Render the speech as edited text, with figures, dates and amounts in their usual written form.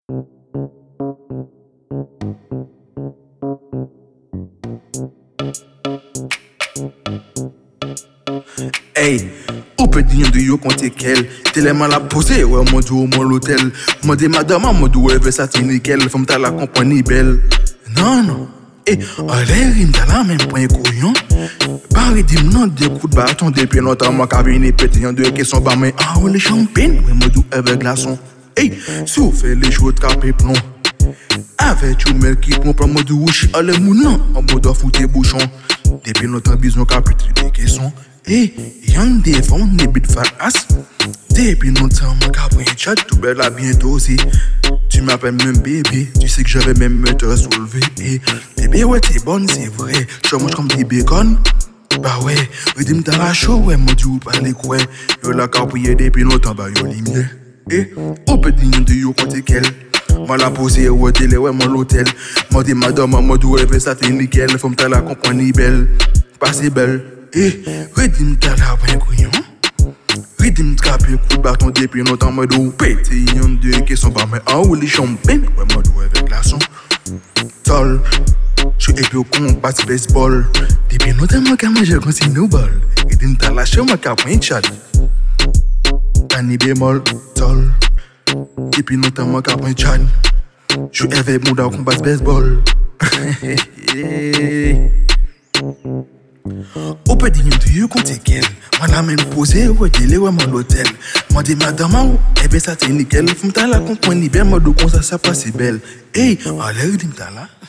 Hey, ou peut dire de yo compter quel tellement la posé ouais mon dieu mon l'hôtel mon dit madame mon dieu ouais ça t'es nickel femme ta la compagnie belle non et allez rim ta la même point couillon Paris dit non des coups de bâton depuis longtemps moi cabinet pétillant de question pas mais ah les champagne ouais mon dieu avec glaçon hey si vous fait les choses capé plomb avec tu mec qui prend mon dieu ouchi allez mon non en mode foutre bouchon depuis longtemps bison capitri des questions et young des femmes des bits fat ass depuis longtemps mon cabrin chat tout belle là bientôt aussi tu m'appelles même bébé tu sais que je vais même me te soulever et bébé ouais t'es bonne c'est vrai je mange comme des bacon bah ouais redim t'as la chaud ouais mon dieu pas les quoi yo la caprier depuis longtemps bah yo lumière et on peut dire de yo côté quel moi la posé au télé ouais mon l'hôtel moi dit madame moi doit ça t'es nickel faut me t'as la compagnie belle pas si belle et redim t'as la ben couillon redim capé coup de bâton depuis longtemps moi doit péter yon de qui sont pas mais en haut les champagne ouais moi doit avec glaçon tol je suis épée au combat baseball depuis longtemps moi quand je consigne nos balles redim t'as la chaud moi capé chat tani bémol tol depuis longtemps moi capé chat je suis avec mon dans combat baseball au peut dire de you compter quel moi la même posé ouais délai ouais mon l'hôtel moi dit madame ça t'es nickel faut me la compagnie bien moi de ça passe belle hey allez dim ta là